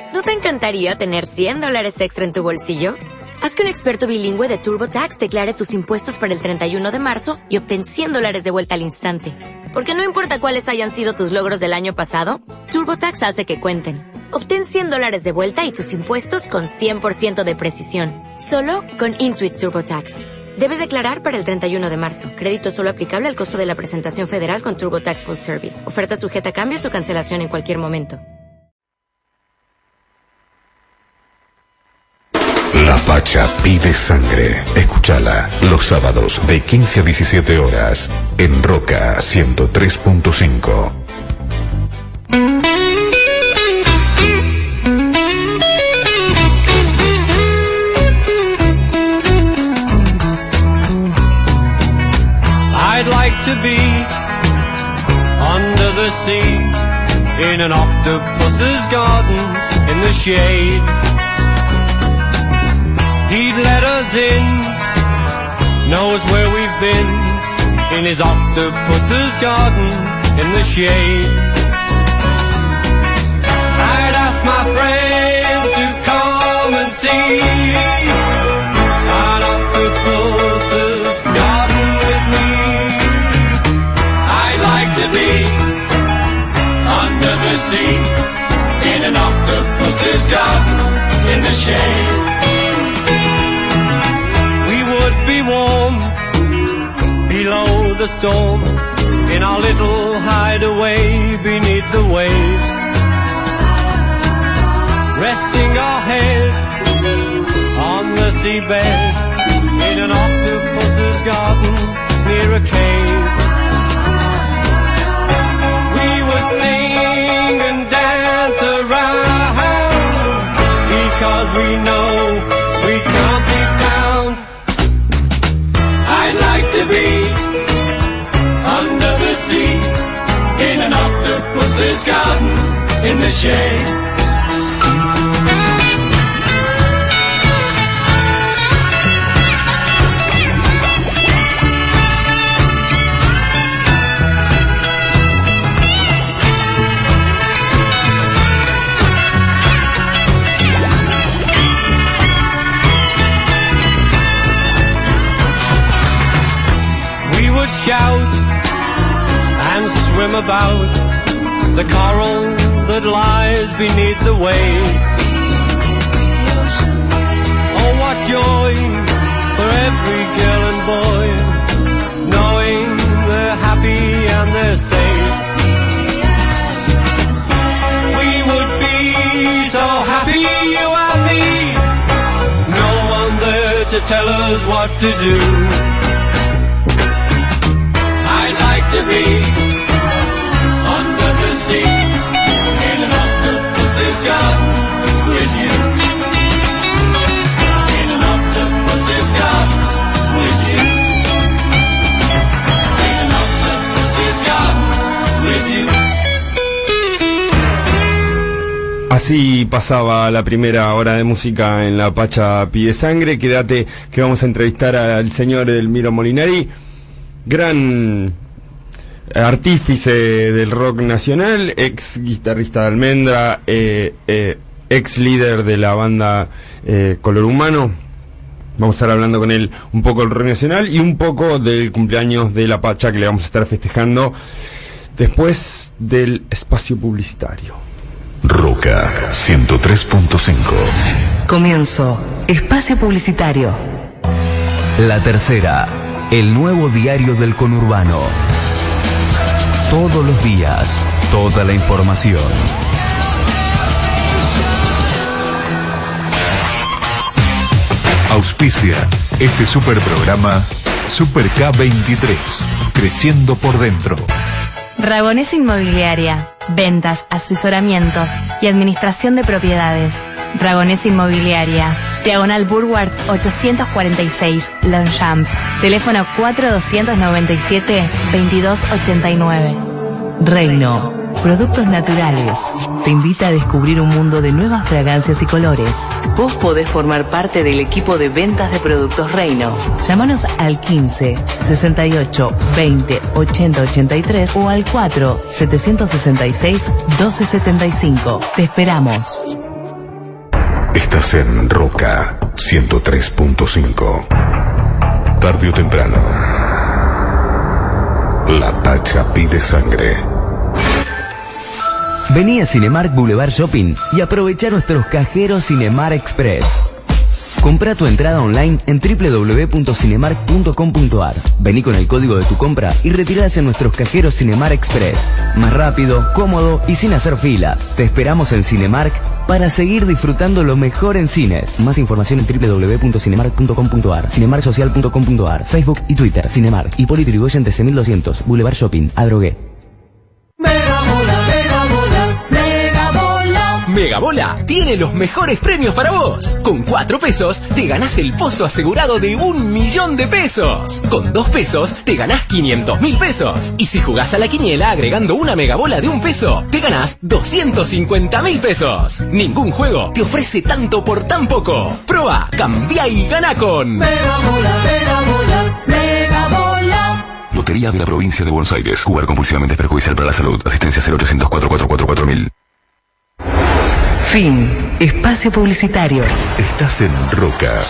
¿No te encantaría tener $100 extra en tu bolsillo? Haz que un experto bilingüe de TurboTax declare tus impuestos para el 31 de marzo y obtén $100 de vuelta al instante. Porque no importa cuáles hayan sido tus logros del año pasado, TurboTax hace que cuenten. Obtén $100 de vuelta y tus impuestos con 100% de precisión. Solo con Intuit TurboTax. Debes declarar para el 31 de marzo. Crédito solo aplicable al costo de la presentación federal con TurboTax Full Service. Oferta sujeta a cambios o cancelación en cualquier momento. La Pacha pide sangre. Escúchala los sábados de 15 a 17 horas en Roca 103.5. I'd like to be under the sea in an octopus's garden in the shade. He'd let us in, knows where we've been, in his octopus's garden in the shade. I'd ask my friends to come and see an octopus's garden with me. I'd like to be under the sea in an octopus's garden in the shade. Be warm below the storm in our little hideaway beneath the waves, resting our head on the seabed in an octopus's garden near a cave. We would sing and dance around because we know we can't be found. I'd like to be under the sea in an octopus's garden in the shade. Shout and swim about the coral that lies beneath the waves. Oh, what joy for every girl and boy, knowing they're happy and they're safe. We would be so happy, you and me, no one there to tell us what to do. I'd like to be under the sea in an octopus's garden with you. In an octopus's garden with you. In an octopus's garden with you. Así pasaba la primera hora de música en La Pacha Pide Sangre. Quédate que vamos a entrevistar al señor Elmiro Molinari, gran artífice del rock nacional, ex guitarrista de Almendra, ex líder de la banda Color Humano. Vamos a estar hablando con él un poco del rock nacional y un poco del cumpleaños de La Pacha, que le vamos a estar festejando después del espacio publicitario. Roca 103.5. Comienzo. Espacio publicitario. La Tercera, el nuevo diario del conurbano. Todos los días, toda la información. Auspicia este superprograma Super K23, creciendo por dentro. Ragonés Inmobiliaria, ventas, asesoramientos y administración de propiedades. Ragonés Inmobiliaria, Diagonal Burward 846, Longchamps. Teléfono 4297-2289. Reino, productos naturales. Te invita a descubrir un mundo de nuevas fragancias y colores. Vos podés formar parte del equipo de ventas de productos Reino. Llámanos al 15 68 20 80 83 o al 4 766 1275. Te esperamos. Estás en Roca 103.5. Tarde o temprano, la Pacha pide sangre. Vení a Cinemark Boulevard Shopping y aprovecha nuestros cajeros Cinemark Express. Compra tu entrada online en www.cinemark.com.ar. Vení con el código de tu compra y retirás en nuestros cajeros Cinemark Express. Más rápido, cómodo y sin hacer filas. Te esperamos en Cinemark para seguir disfrutando lo mejor en cines. Más información en www.cinemark.com.ar, cinemarksocial.com.ar, Facebook y Twitter. Cinemark, Hipólito Yrigoyen 13200, Boulevard Shopping, Adrogué. Megabola tiene los mejores premios para vos. Con 4 pesos te ganás el pozo asegurado de 1.000.000 de pesos. Con 2 pesos te ganás 500.000 pesos. Y si jugás a la quiniela agregando una megabola de 1 peso, te ganás 250.000 pesos. Ningún juego te ofrece tanto por tan poco. Proba, cambia y gana con Megabola, Megabola, Megabola. Lotería de la Provincia de Buenos Aires. Jugar compulsivamente es perjudicial para la salud. Asistencia 0800 444 4000. Fin. Espacio publicitario. Estás en Roca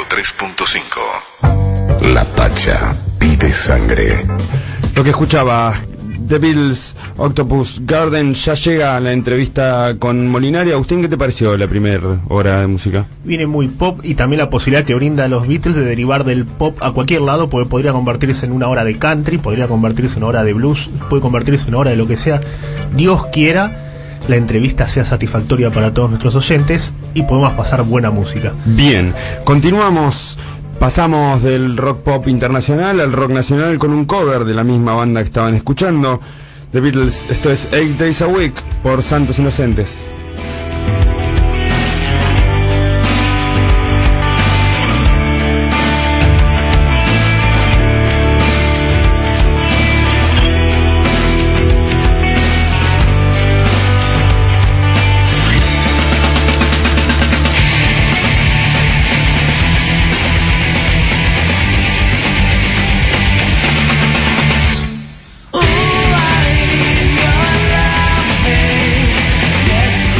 103.5. La Pacha pide sangre. Lo que escuchaba, The Beatles, Octopus Garden, ya llega la entrevista con Molinari. Agustín, ¿qué te pareció la primera hora de música? Viene muy pop y también la posibilidad que brinda a los Beatles de derivar del pop a cualquier lado, porque podría convertirse en una hora de country, podría convertirse en una hora de blues, puede convertirse en una hora de lo que sea. Dios quiera la entrevista sea satisfactoria para todos nuestros oyentes y podemos pasar buena música. Bien, continuamos. Pasamos del rock pop internacional al rock nacional con un cover de la misma banda que estaban escuchando, The Beatles. Esto es 8 Days a Week por Santos Inocentes. Yes.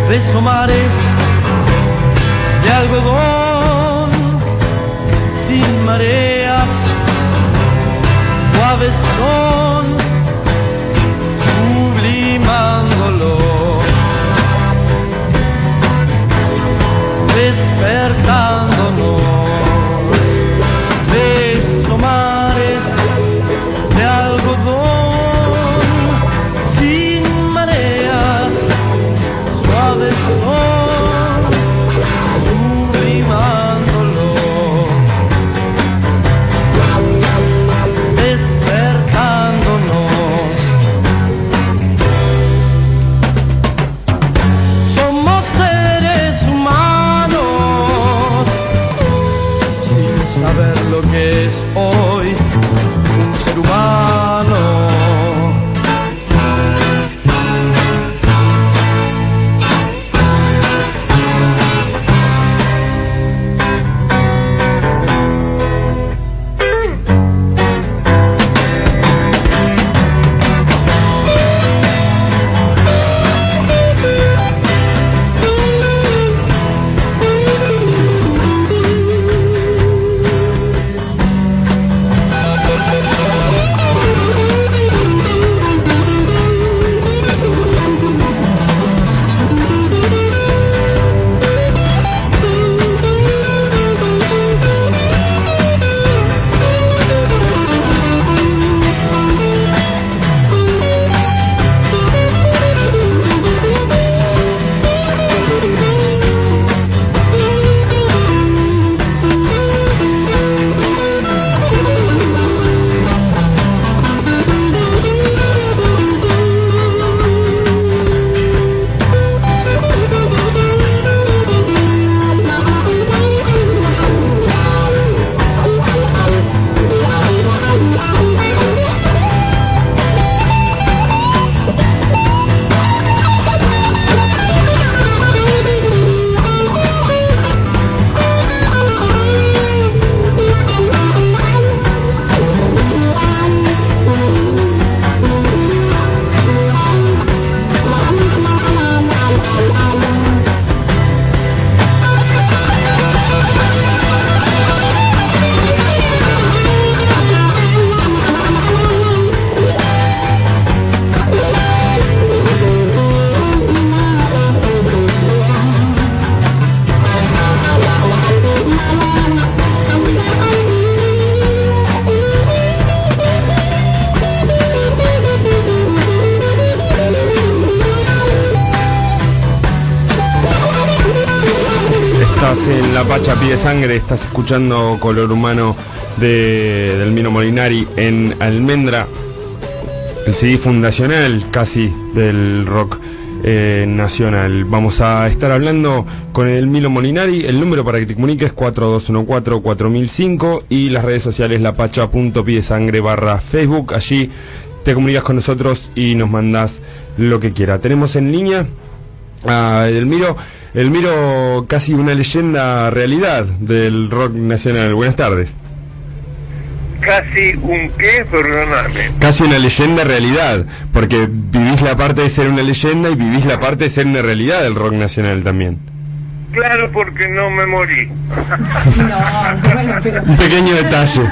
beso mares de algodón sin mareas, suaves son, sublimándolo, despertándonos. Beso mares de algodón sin mareas, suaves son, sublimándolo, despertándonos. Somos seres humanos sin saber lo que es hoy un ser humano. En La Pacha Pide Sangre, estás escuchando Color Humano del Mino Molinari en Almendra, el CD fundacional casi del rock nacional. Vamos a estar hablando con el Mino Molinari. El número para que te comuniques es 4214-4005 y las redes sociales lapacha.pidesangre/Facebook. Allí te comunicas con nosotros y nos mandás lo que quieras. Tenemos en línea a Edelmiro. Edelmiro, casi una leyenda realidad del rock nacional. Buenas tardes. ¿Casi un qué? Perdóname. Casi una leyenda realidad, porque vivís la parte de ser una leyenda y vivís la parte de ser una realidad del rock nacional también. Claro, porque no me morí. Un pequeño detalle.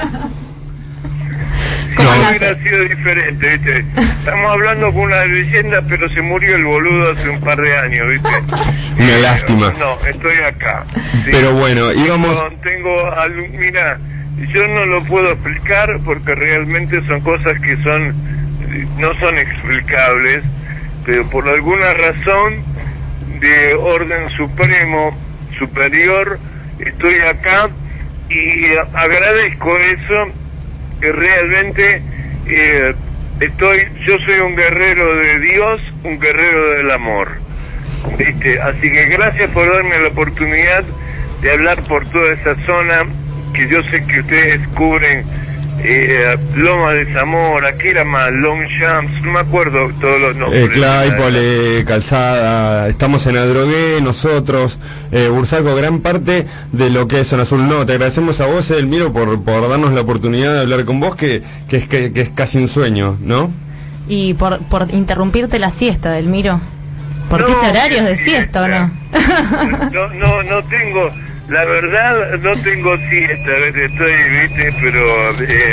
No, hubiera sido diferente, ¿viste? Estamos hablando con una leyenda, pero se murió el boludo hace un par de años, ¿viste? Una lástima. No, estoy acá. ¿sí? Pero bueno, íbamos... Mira, yo no lo puedo explicar porque realmente son cosas que no son explicables, pero por alguna razón de orden superior, estoy acá y agradezco eso. Que realmente yo soy un guerrero de Dios, un guerrero del amor, ¿viste? Así que gracias por darme la oportunidad de hablar por toda esa zona que yo sé que ustedes cubren, Loma de Zamora, ¿qué era más? Longchamps, no me acuerdo todos los nombres. Claypole, Calzada, estamos en Adrogué, nosotros, Bursaco, gran parte de lo que es Zona Azul. No, te agradecemos a vos, Edelmiro, por darnos la oportunidad de hablar con vos, que es casi un sueño, ¿no? Y por interrumpirte la siesta, Edelmiro. ¿Por qué este horario es de siesta o no? No tengo, la verdad, no tengo siesta, estoy, viste, pero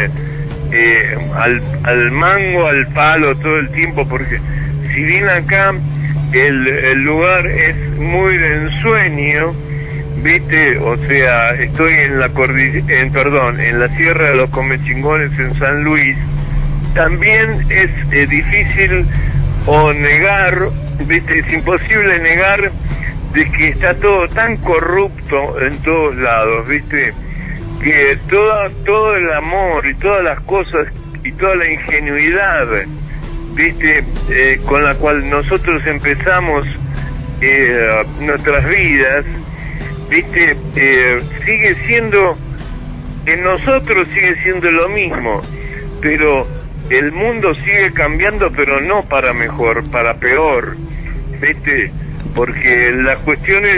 al mango, al palo todo el tiempo, porque si bien acá el lugar es muy de ensueño, viste, o sea, estoy en la en la Sierra de los Comechingones en San Luis, también es difícil o negar, viste, es imposible negar de que está todo tan corrupto en todos lados, viste, que todo el amor y todas las cosas y toda la ingenuidad, viste, con la cual nosotros empezamos nuestras vidas, viste, sigue siendo, en nosotros sigue siendo lo mismo, pero el mundo sigue cambiando, pero no para mejor, para peor, viste, porque las cuestiones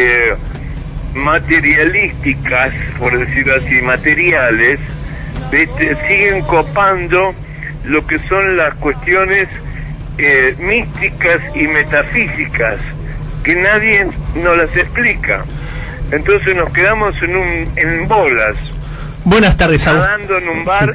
materialísticas, por decirlo así, materiales, viste, siguen copando lo que son las cuestiones místicas y metafísicas, que nadie nos las explica. Entonces nos quedamos en bolas. Buenas tardes, nadando en un mar,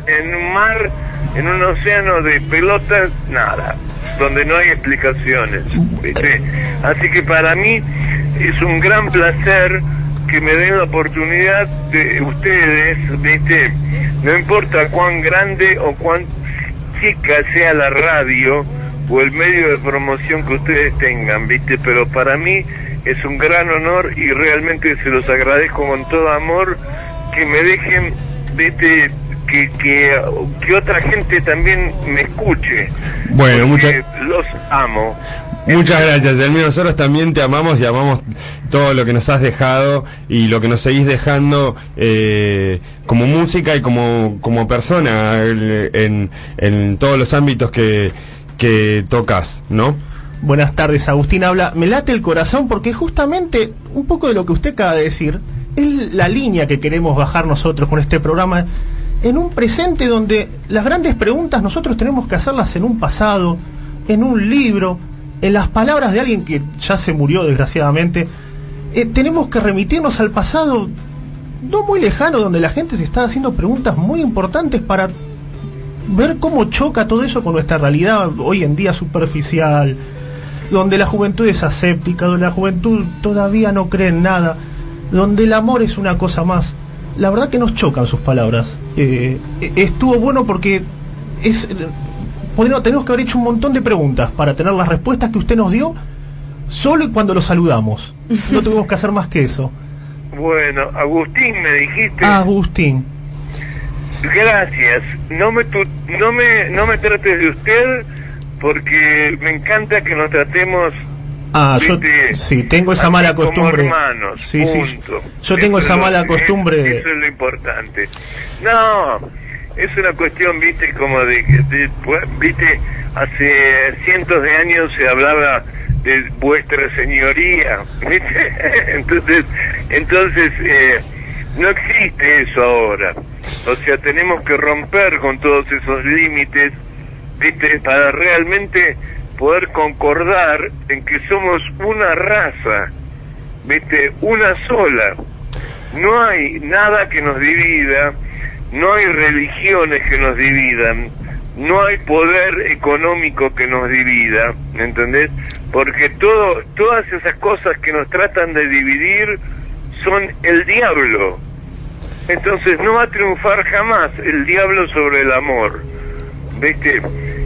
en un océano de pelotas, nada, donde no hay explicaciones, ¿viste? Así que para mí es un gran placer que me den la oportunidad de ustedes, ¿viste? No importa cuán grande o cuán chica sea la radio o el medio de promoción que ustedes tengan, ¿viste? Pero para mí es un gran honor y realmente se los agradezco con todo amor que me dejen, ¿viste? Que otra gente también me escuche. Bueno, los amo. Muchas gracias, Delmiro. Nosotros también te amamos y amamos todo lo que nos has dejado y lo que nos seguís dejando como música y como persona en todos los ámbitos que tocas, ¿no? Buenas tardes, Agustín habla. Me late el corazón porque justamente un poco de lo que usted acaba de decir es la línea que queremos bajar nosotros con este programa, en un presente donde las grandes preguntas nosotros tenemos que hacerlas en un pasado, en un libro, en las palabras de alguien que ya se murió desgraciadamente. Tenemos que remitirnos al pasado no muy lejano, donde la gente se está haciendo preguntas muy importantes para ver cómo choca todo eso con nuestra realidad hoy en día superficial, donde la juventud es aséptica, donde la juventud todavía no cree en nada, donde el amor es una cosa más. La verdad que nos chocan sus palabras. Estuvo bueno porque tenemos que haber hecho un montón de preguntas para tener las respuestas que usted nos dio solo y cuando lo saludamos. No tuvimos que hacer más que eso. Bueno, Agustín me dijiste. Agustín. Gracias. No me trates de usted porque me encanta que nos tratemos. Yo sí, tengo esa mala costumbre. Como hermanos, sí, yo tengo esa mala costumbre. Eso es lo importante. No, es una cuestión, viste, como viste, hace cientos de años se hablaba de vuestra señoría, ¿viste? Entonces no existe eso ahora. O sea, tenemos que romper con todos esos límites, ¿viste? Para realmente poder concordar en que somos una raza, ¿viste? Una sola. No hay nada que nos divida, no hay religiones que nos dividan, no hay poder económico que nos divida, ¿entendés? Porque todas esas cosas que nos tratan de dividir son el diablo. Entonces no va a triunfar jamás el diablo sobre el amor, ¿viste?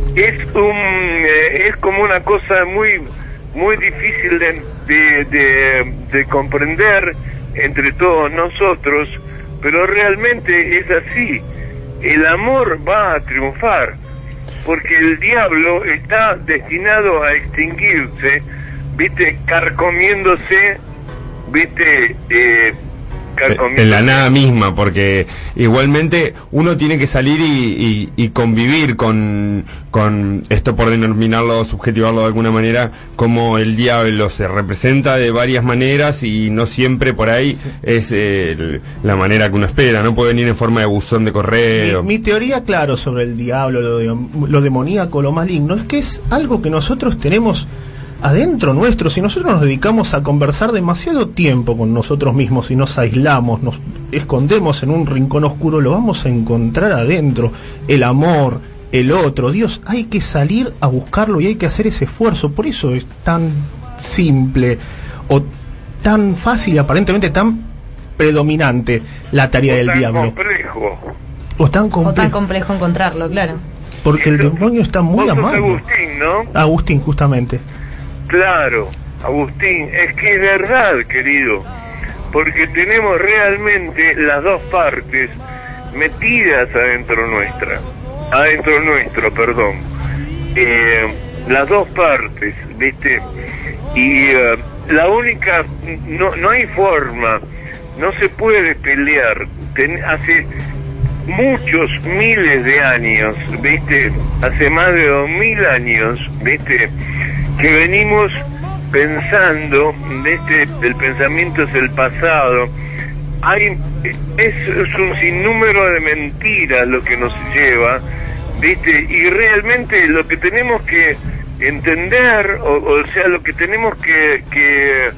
Es como una cosa muy difícil de comprender entre todos nosotros, pero realmente es así. El amor va a triunfar, porque el diablo está destinado a extinguirse, ¿viste? Carcomiéndose, ¿viste? En la nada misma, porque igualmente uno tiene que salir y convivir con esto, por denominarlo, subjetivarlo de alguna manera, como el diablo se representa de varias maneras y no siempre por ahí es la manera que uno espera, no puede venir en forma de buzón de correo. Mi teoría, claro, sobre el diablo, lo demoníaco, lo maligno, es que es algo que nosotros tenemos adentro nuestro, si nosotros nos dedicamos a conversar demasiado tiempo con nosotros mismos y nos aislamos, nos escondemos en un rincón oscuro, lo vamos a encontrar adentro. El amor, el otro, Dios, hay que salir a buscarlo y hay que hacer ese esfuerzo. Por eso es tan simple o tan fácil, aparentemente tan predominante la tarea del diablo. Complejo. O tan complejo encontrarlo, claro. Porque el demonio está muy amable. Agustín, ¿no? Agustín, justamente. Claro, Agustín, es que es verdad, querido, porque tenemos realmente las dos partes metidas adentro nuestro, perdón. Las dos partes, ¿viste? Y la única, no hay forma, no se puede pelear. Hace muchos miles de años, ¿viste? Hace más de 2000 años, ¿viste? Que venimos pensando, ¿viste? El pensamiento es el pasado. Es un sinnúmero de mentiras lo que nos lleva, ¿viste? Y realmente lo que tenemos que entender, o sea, lo que tenemos que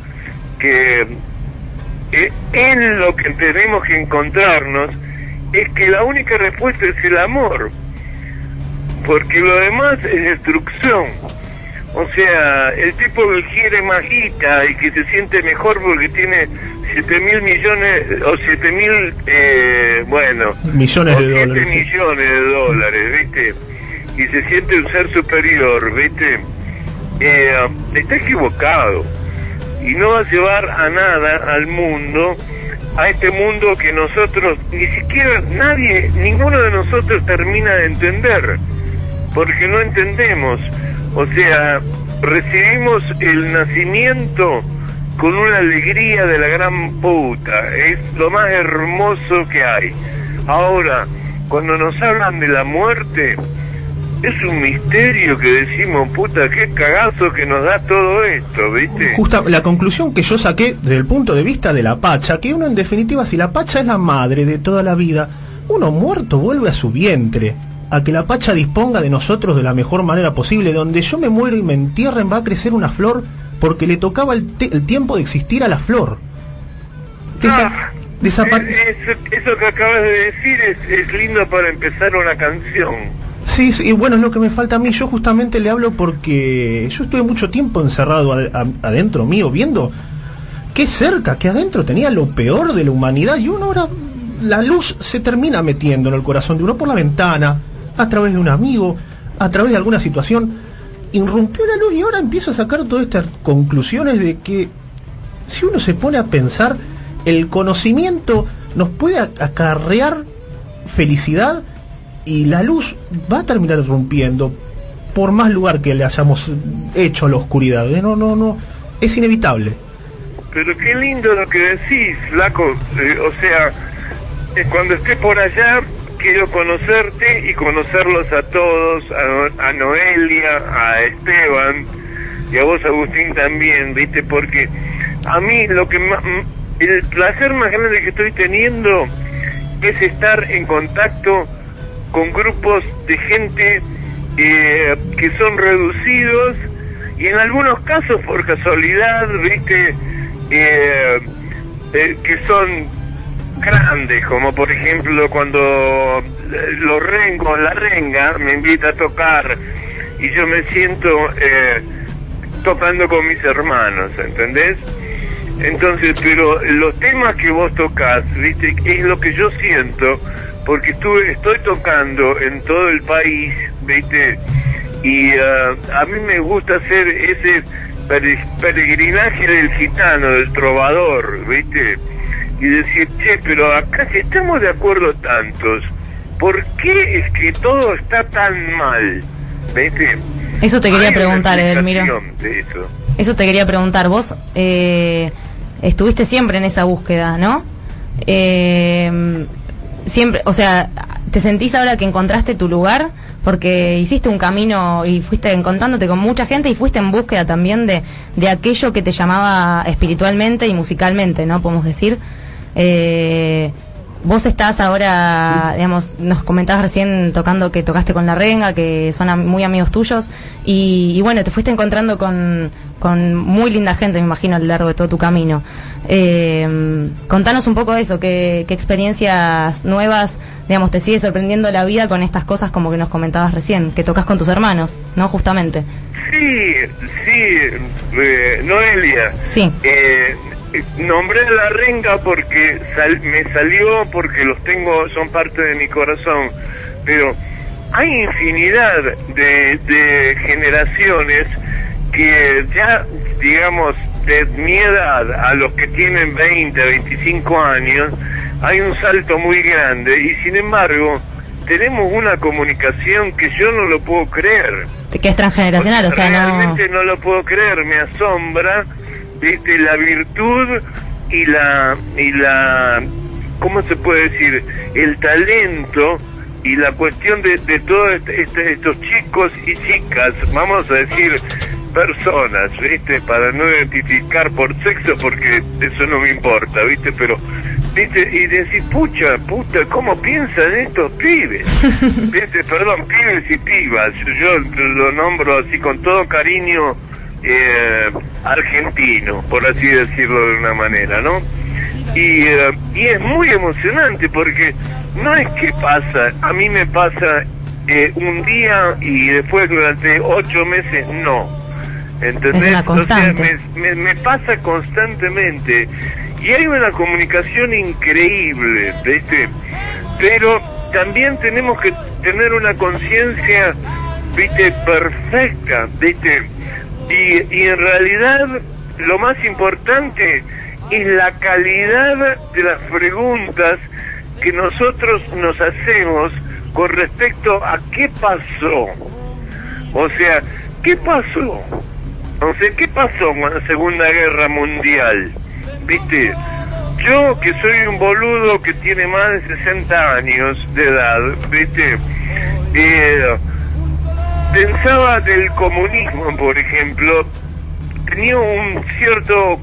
en lo que tenemos que encontrarnos es que la única respuesta es el amor, porque lo demás es destrucción. O sea, el tipo que quiere más guita y que se siente mejor porque tiene 7.000 millones o 7.000 millones de dólares, 7 millones de dólares, ¿viste? Y se siente un ser superior, ¿viste? Está equivocado y no va a llevar a nada al mundo, a este mundo que nosotros, ni siquiera ninguno de nosotros termina de entender, porque no entendemos. O sea, recibimos el nacimiento con una alegría de la gran puta, es lo más hermoso que hay. Ahora, cuando nos hablan de la muerte, es un misterio que decimos, puta, qué cagazo que nos da todo esto, ¿viste? Justa la conclusión que yo saqué desde el punto de vista de la Pacha, que uno en definitiva, si la Pacha es la madre de toda la vida, uno muerto vuelve a su vientre, a que la Pacha disponga de nosotros de la mejor manera posible. Donde yo me muero y me entierren va a crecer una flor porque le tocaba el tiempo de existir a la flor. Eso que acabas de decir es lindo para empezar una canción. Sí, y bueno, es lo que me falta a mí. Yo justamente le hablo porque yo estuve mucho tiempo encerrado adentro mío, viendo qué cerca, que adentro tenía lo peor de la humanidad, y uno ahora, la luz se termina metiendo en el corazón de uno por la ventana, a través de un amigo, a través de alguna situación. Irrumpió la luz y ahora empiezo a sacar todas estas conclusiones de que si uno se pone a pensar, el conocimiento nos puede acarrear felicidad, y la luz va a terminar irrumpiendo por más lugar que le hayamos hecho a la oscuridad. No, es inevitable. Pero qué lindo lo que decís, flaco. O sea, cuando esté por allá, quiero conocerte y conocerlos a todos, a Noelia, a Esteban y a vos, Agustín, también, ¿viste? Porque a mí el placer más grande que estoy teniendo es estar en contacto con grupos de gente que son reducidos y en algunos casos por casualidad, ¿viste? Que son grandes, como por ejemplo cuando la renga me invita a tocar y yo me siento tocando con mis hermanos, ¿entendés? Entonces, pero los temas que vos tocás, ¿viste? Es lo que yo siento, porque estoy tocando en todo el país, ¿viste? Y a mí me gusta hacer ese peregrinaje del gitano, del trovador, ¿viste? Y decir, che, pero acá si estamos de acuerdo tantos, ¿por qué es que todo está tan mal? ¿Viste? Eso te quería preguntar, Edelmiro. Eso te quería preguntar. Vos estuviste siempre en esa búsqueda, ¿no? Siempre, o sea, ¿te sentís ahora que encontraste tu lugar? Porque hiciste un camino y fuiste encontrándote con mucha gente y fuiste en búsqueda también de aquello que te llamaba espiritualmente y musicalmente, ¿no? Podemos decir. vos estás ahora, digamos, nos comentabas recién que tocaste con La Renga, que son muy amigos tuyos, y bueno, te fuiste encontrando con muy linda gente, me imagino, a lo largo de todo tu camino. Contanos un poco de eso, qué experiencias nuevas, digamos, te sigue sorprendiendo la vida con estas cosas como que nos comentabas recién, que tocas con tus hermanos, ¿no? Justamente. Sí, Noelia. Sí. Nombré a La Renga porque me salió, porque los tengo, son parte de mi corazón, pero hay infinidad de generaciones que ya, digamos, de mi edad a los que tienen 20, 25 años, hay un salto muy grande y sin embargo tenemos una comunicación que yo no lo puedo creer. Que es transgeneracional, o sea, realmente no lo puedo creer, me asombra, ¿viste? La virtud y la ¿cómo se puede decir? El talento y la cuestión de todos estos chicos y chicas, vamos a decir personas, ¿viste? Para no identificar por sexo, porque eso no me importa, ¿viste? Pero, ¿viste? Y decir, puta, ¿cómo piensan estos pibes? ¿Viste? Perdón, pibes y pibas, yo lo nombro así con todo cariño argentino, por así decirlo de una manera, ¿no? Y es muy emocionante porque no es que pasa, a mí me pasa un día y después durante 8 meses no. ¿Entendés? Es una constante. O sea, me pasa constantemente y hay una comunicación increíble, ¿viste? Pero también tenemos que tener una conciencia, ¿viste? Perfecta, ¿viste? Y en realidad lo más importante es la calidad de las preguntas que nosotros nos hacemos con respecto a qué pasó. O sea, ¿qué pasó? O sea, ¿qué pasó con la Segunda Guerra Mundial? ¿Viste? Yo, que soy un boludo que tiene más de 60 años de edad, ¿viste? Pensaba del comunismo, por ejemplo, tenía un cierto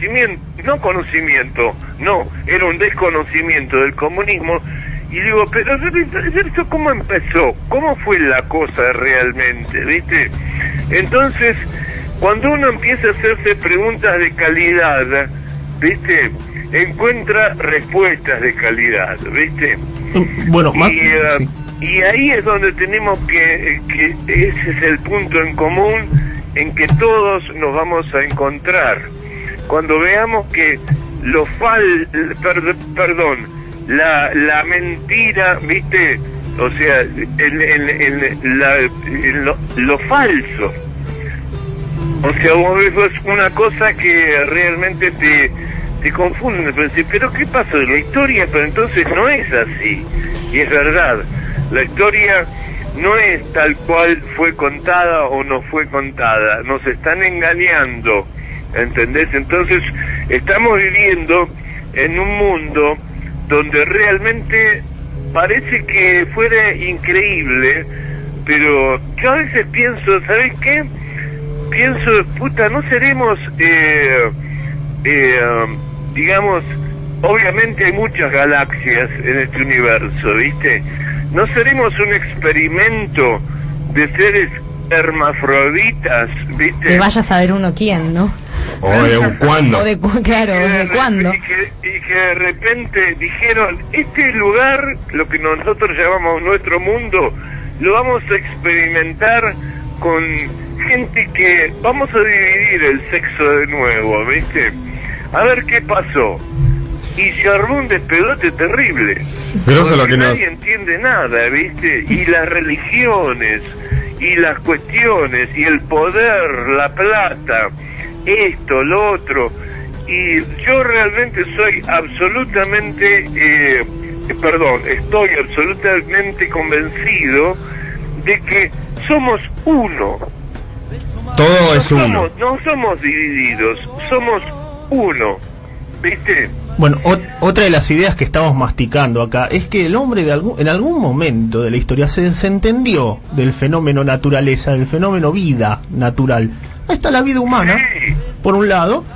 era un desconocimiento del comunismo, y digo, pero ¿esto cómo empezó? ¿Cómo fue la cosa realmente? ¿Viste? Entonces, cuando uno empieza a hacerse preguntas de calidad, ¿viste? Encuentra respuestas de calidad, ¿viste? Bueno, y ahí es donde tenemos que ese es el punto en común en que todos nos vamos a encontrar. Cuando veamos que la mentira, ¿viste? O sea, lo falso. O sea, vos ves una cosa que realmente te confunde, pero ¿qué pasó? La historia, pero entonces no es así. Y es verdad, la historia no es tal cual fue contada o no fue contada, nos están engañando, ¿entendés? Entonces estamos viviendo en un mundo donde realmente parece que fuera increíble, pero yo a veces pienso, ¿sabes qué? Pienso, no seremos, digamos, obviamente hay muchas galaxias en este universo, ¿viste? ¿No seremos un experimento de seres hermafroditas, ¿viste? Que vaya a saber uno quién, ¿no? O de cuándo. Claro, de cuándo. Y que de repente dijeron, este lugar, lo que nosotros llamamos nuestro mundo, lo vamos a experimentar con gente que vamos a dividir el sexo de nuevo, ¿viste? A ver qué pasó. Y se armó un despedote terrible. Pero eso es lo que nadie entiende nada, ¿viste? Y las religiones, y las cuestiones, y el poder, la plata, esto, lo otro. Y yo realmente soy absolutamente, estoy absolutamente convencido de que somos uno. Todo es uno. No somos divididos, somos uno, ¿viste? Bueno, otra de las ideas que estamos masticando acá es que el hombre en algún momento de la historia se desentendió del fenómeno naturaleza, del fenómeno vida natural. Ahí está la vida humana, por un lado,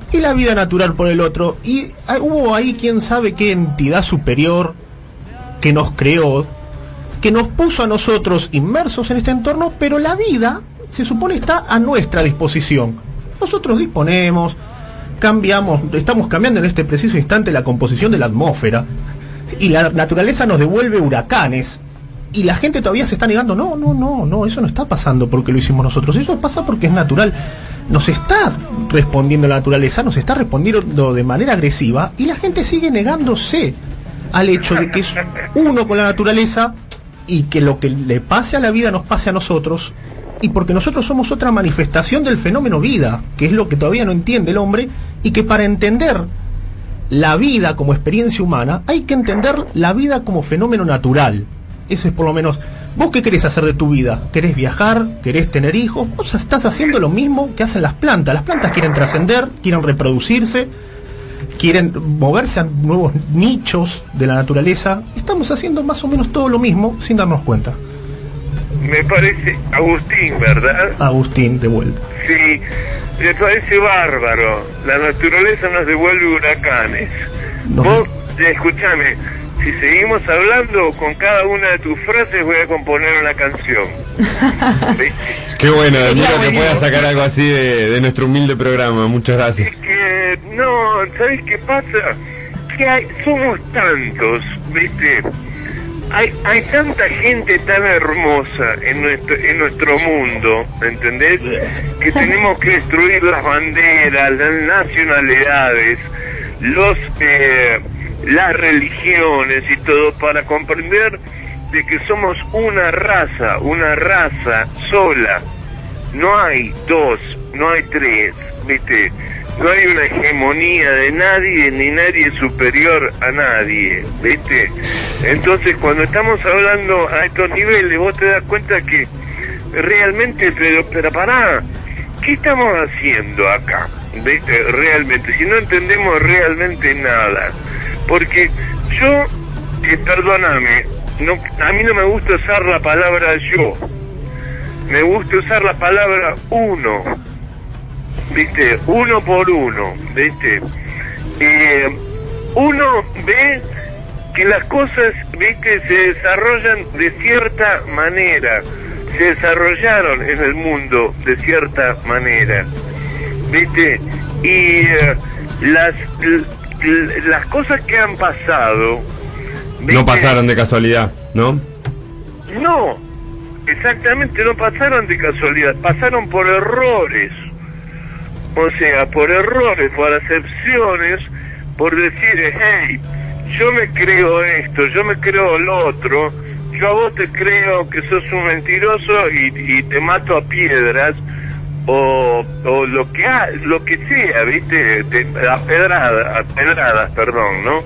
y la vida natural por el otro, y hubo ahí quién sabe qué entidad superior que nos creó, que nos puso a nosotros inmersos en este entorno, pero la vida se supone está a nuestra disposición. Nosotros disponemos, cambiamos, estamos cambiando en este preciso instante la composición de la atmósfera, y la naturaleza nos devuelve huracanes, y la gente todavía se está negando. No, eso no está pasando porque lo hicimos nosotros, eso pasa porque es natural. Nos está respondiendo la naturaleza, nos está respondiendo de manera agresiva, y la gente sigue negándose al hecho de que es uno con la naturaleza y que lo que le pase a la vida nos pase a nosotros, y porque nosotros somos otra manifestación del fenómeno vida, que es lo que todavía no entiende el hombre, y que para entender la vida como experiencia humana hay que entender la vida como fenómeno natural. Ese es por lo menos. ¿Vos qué querés hacer de tu vida? ¿Querés viajar? ¿Querés tener hijos? Vos estás haciendo lo mismo que hacen las plantas. Las plantas quieren trascender, quieren reproducirse, quieren moverse a nuevos nichos de la naturaleza. Estamos haciendo más o menos todo lo mismo sin darnos cuenta. Me parece, Agustín, ¿verdad? Agustín, de vuelta. Sí, me parece bárbaro. La naturaleza nos devuelve huracanes. No. Vos, escúchame, si seguimos hablando, con cada una de tus frases voy a componer una canción. Qué bueno, Miro, que pueda sacar algo así de nuestro humilde programa. Muchas gracias. Es que, no, ¿sabes qué pasa? Que somos tantos, ¿viste? Hay tanta gente tan hermosa en nuestro mundo, ¿entendés? Que tenemos que destruir las banderas, las nacionalidades, las religiones y todo, para comprender de que somos una raza sola. No hay dos, no hay tres, ¿viste? No hay una hegemonía de nadie, ni nadie superior a nadie, ¿viste? Entonces, cuando estamos hablando a estos niveles, vos te das cuenta que realmente, pero pará, ¿qué estamos haciendo acá? ¿Viste? Realmente, si no entendemos realmente nada. Porque yo, perdóname, a mí no me gusta usar la palabra yo, me gusta usar la palabra uno, ¿viste? Uno por uno, ¿viste? Uno ve que las cosas, ¿viste?, se desarrollan de cierta manera, se desarrollaron en el mundo de cierta manera, ¿viste? Y las cosas que han pasado, ¿viste?, no pasaron de casualidad, ¿no? No, exactamente, no pasaron de casualidad, pasaron por errores. O sea, por errores, por acepciones, por decir, hey, yo me creo esto, yo me creo lo otro, yo a vos te creo que sos un mentiroso y te mato a piedras, o lo que sea, ¿viste? A pedradas, perdón, ¿no?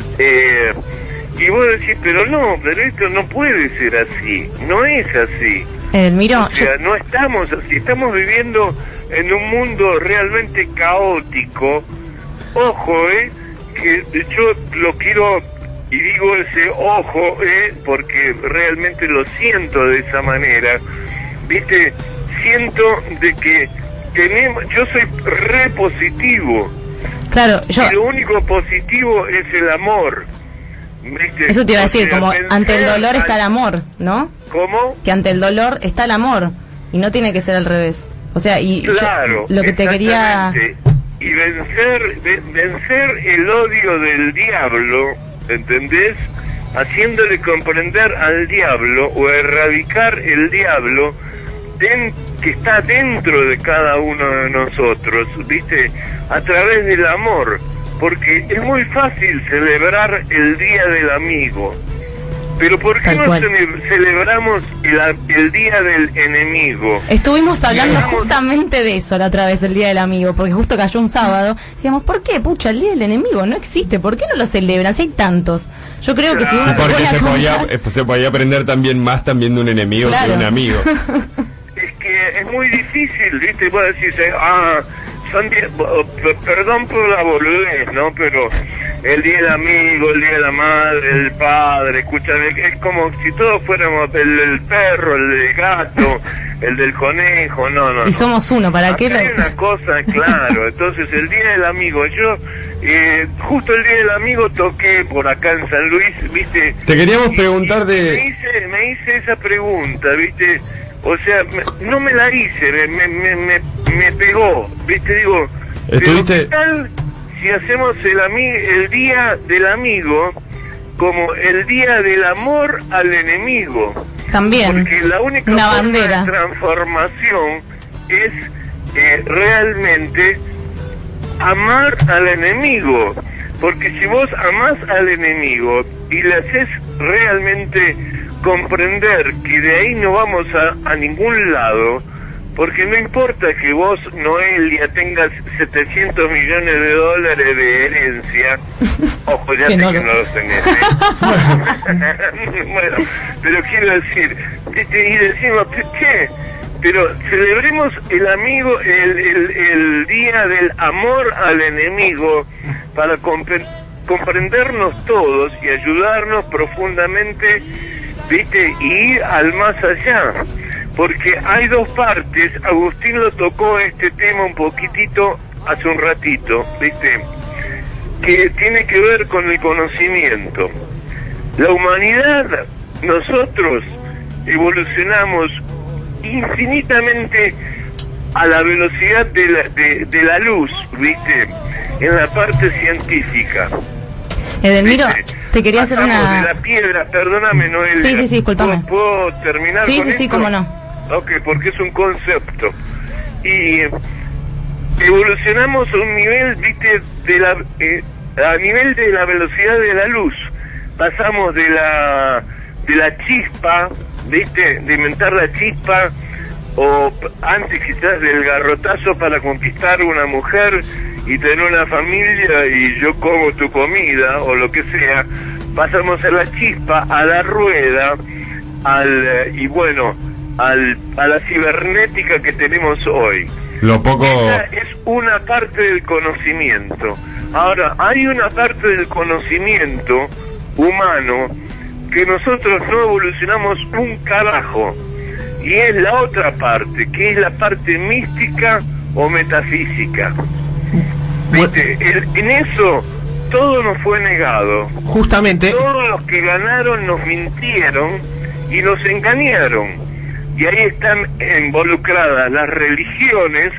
Y vos decís, pero esto no puede ser así, no es así. Miro, o sea, no estamos así, estamos viviendo en un mundo realmente caótico. Ojo, que yo lo quiero, y digo ese ojo, porque realmente lo siento de esa manera, ¿viste? Siento de que yo soy re positivo. Claro, y lo único positivo es el amor. ¿Viste? Eso te iba a decir, como ante el dolor está el amor, ¿no? ¿Cómo? Que ante el dolor está el amor, y no tiene que ser al revés. O sea, y claro, lo que te quería... Y vencer el odio del diablo, ¿entendés? Haciéndole comprender al diablo, o erradicar el diablo que está dentro de cada uno de nosotros, ¿viste? A través del amor. Porque es muy fácil celebrar el Día del Amigo, pero ¿por qué no celebramos el Día del Enemigo? Estuvimos hablando justamente de eso la otra vez, el Día del Amigo, porque justo cayó un sábado. Decíamos, ¿por qué? Pucha, el Día del Enemigo no existe, ¿por qué no lo celebran? Si hay tantos. Yo creo que si uno se podía aprender también de un enemigo que de un amigo. Es que es muy difícil, ¿viste? Vos decís, perdón por la boludez, ¿no? Pero el Día del Amigo, el Día de la Madre, el Padre, escúchame, es como si todos fuéramos el perro, el gato, el del conejo, no. Y somos uno, ¿para qué? Hay una cosa, claro, entonces el Día del Amigo, yo justo el Día del Amigo toqué por acá en San Luis, ¿viste? Te queríamos preguntar de... Me hice esa pregunta, ¿viste? O sea, no me la hice, me pegó, ¿viste? Digo, pero ¿qué tal si hacemos el Día del Amigo como el Día del Amor al Enemigo? También, porque la única una forma bandera de transformación es realmente amar al enemigo, porque si vos amás al enemigo y le haces realmente comprender que de ahí no vamos a ningún lado, porque no importa que vos, Noelia, tengas 700 millones de dólares de herencia, ojo, ya sé que no los tenés, bueno, pero quiero decir, y decimos, ¿qué? Pero celebremos el amigo, el Día del Amor al Enemigo, para comprendernos todos y ayudarnos profundamente, ¿viste? Y ir al más allá. Porque hay dos partes, Agustín lo tocó este tema un poquitito hace un ratito, ¿viste? Que tiene que ver con el conocimiento. La humanidad, nosotros evolucionamos infinitamente a la velocidad de la luz, ¿viste? En la parte científica. Edelmiro, te quería hacer una... de la piedra, perdóname, Noelia. Sí, discúlpame. ¿Puedo terminar con esto? Sí, cómo no. Ok, porque es un concepto. Y evolucionamos a un nivel, ¿viste? A nivel de la velocidad de la luz. Pasamos de la chispa, ¿viste? De inventar la chispa, o antes quizás del garrotazo para conquistar una mujer y tener una familia y yo como tu comida o lo que sea. Pasamos a la chispa, a la rueda, a la cibernética que tenemos hoy. Esa es una parte del conocimiento. Ahora, hay una parte del conocimiento humano que nosotros no evolucionamos un carajo, y es la otra parte, que es la parte mística o metafísica. ¿Viste? En eso todo nos fue negado. Justamente. Todos los que ganaron nos mintieron y nos engañaron. Y ahí están involucradas las religiones,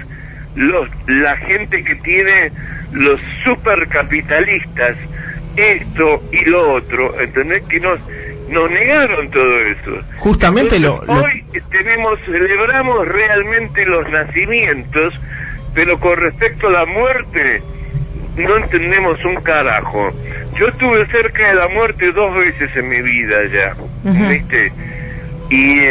la gente que tiene los supercapitalistas, esto y lo otro, ¿entendés? Que nos negaron todo eso. Justamente. Entonces, hoy celebramos realmente los nacimientos, pero con respecto a la muerte no entendemos un carajo. Yo estuve cerca de la muerte 2 veces en mi vida ya, ¿viste? Y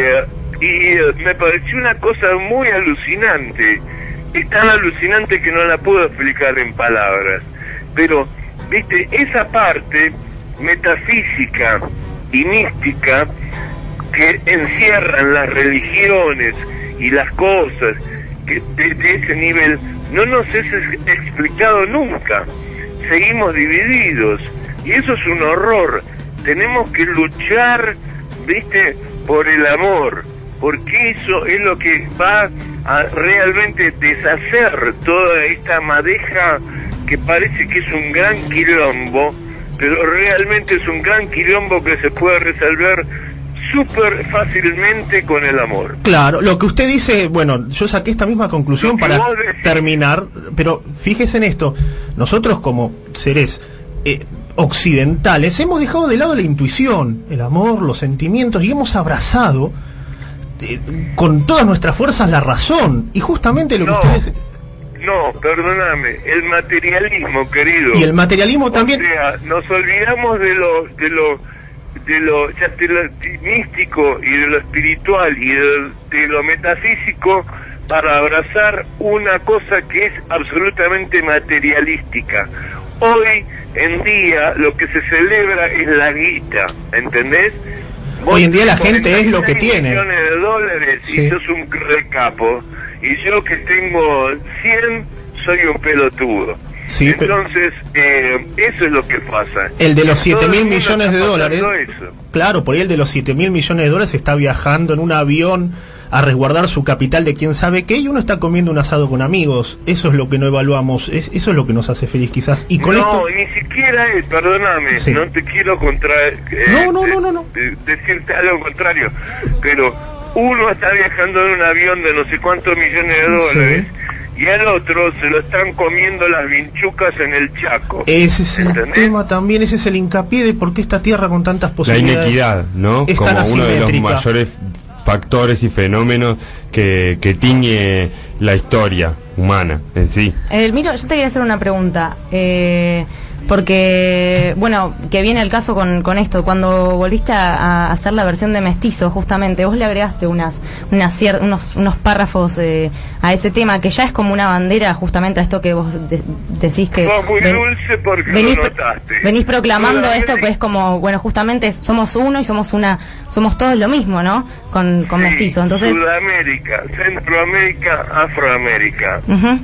me pareció una cosa muy alucinante. Es tan alucinante que no la puedo explicar en palabras. Pero, ¿viste? Esa parte metafísica y mística que encierran las religiones y las cosas que de ese nivel no nos es explicado nunca. Seguimos divididos y eso es un horror. Tenemos que luchar, ¿viste?, por el amor, porque eso es lo que va a realmente deshacer toda esta madeja que parece que es un gran quilombo, pero realmente es un gran quilombo que se puede resolver súper fácilmente con el amor. Claro, lo que usted dice, bueno, yo saqué esta misma conclusión para terminar, pero fíjese en esto, nosotros como seres occidentales hemos dejado de lado la intuición, el amor, los sentimientos, y hemos abrazado con todas nuestras fuerzas la razón, y justamente lo que ustedes... No, perdóname, el materialismo, querido. Y el materialismo también... O sea, nos olvidamos de lo místico y de lo espiritual y de lo metafísico para abrazar una cosa que es absolutamente materialística. Hoy en día lo que se celebra es la guita, ¿entendés? Hoy en día la gente es lo que tiene. Millones de dólares sí. Y sos un recapo. Y yo que tengo 100 soy un pelotudo. Sí, entonces, eso es lo que pasa. El de los 7.000 millones de dólares. Claro, por ahí el de los 7.000 millones de dólares está viajando en un avión a resguardar su capital de quién sabe qué, y uno está comiendo un asado con amigos. Eso es lo que no evaluamos, eso es lo que nos hace feliz quizás. Y con esto... ni siquiera es, perdóname, Sí. no te quiero No. decirte algo contrario, pero uno está viajando en un avión de no sé cuántos millones de dólares, y al otro se lo están comiendo las vinchucas en el Chaco. Ese es el ¿entendés? tema también, ese es el hincapié de por qué esta tierra con tantas La posibilidades inequidad, ¿no? es Como tan uno de los asimétrica. mayores factores y fenómenos que tiñe la historia humana en sí. Miro, yo te quería hacer una pregunta. Porque, bueno, que viene el caso con esto. Cuando volviste a hacer la versión de Mestizo, justamente, vos le agregaste unos párrafos a ese tema, que ya es como una bandera, justamente a esto que vos decís que... Sos muy dulce porque venís, lo notaste. venís proclamando esto que es como, bueno, justamente somos uno y somos todos lo mismo, ¿no? Con Sí, Mestizo. Entonces... Sudamérica, Centroamérica, Afroamérica. Ujú.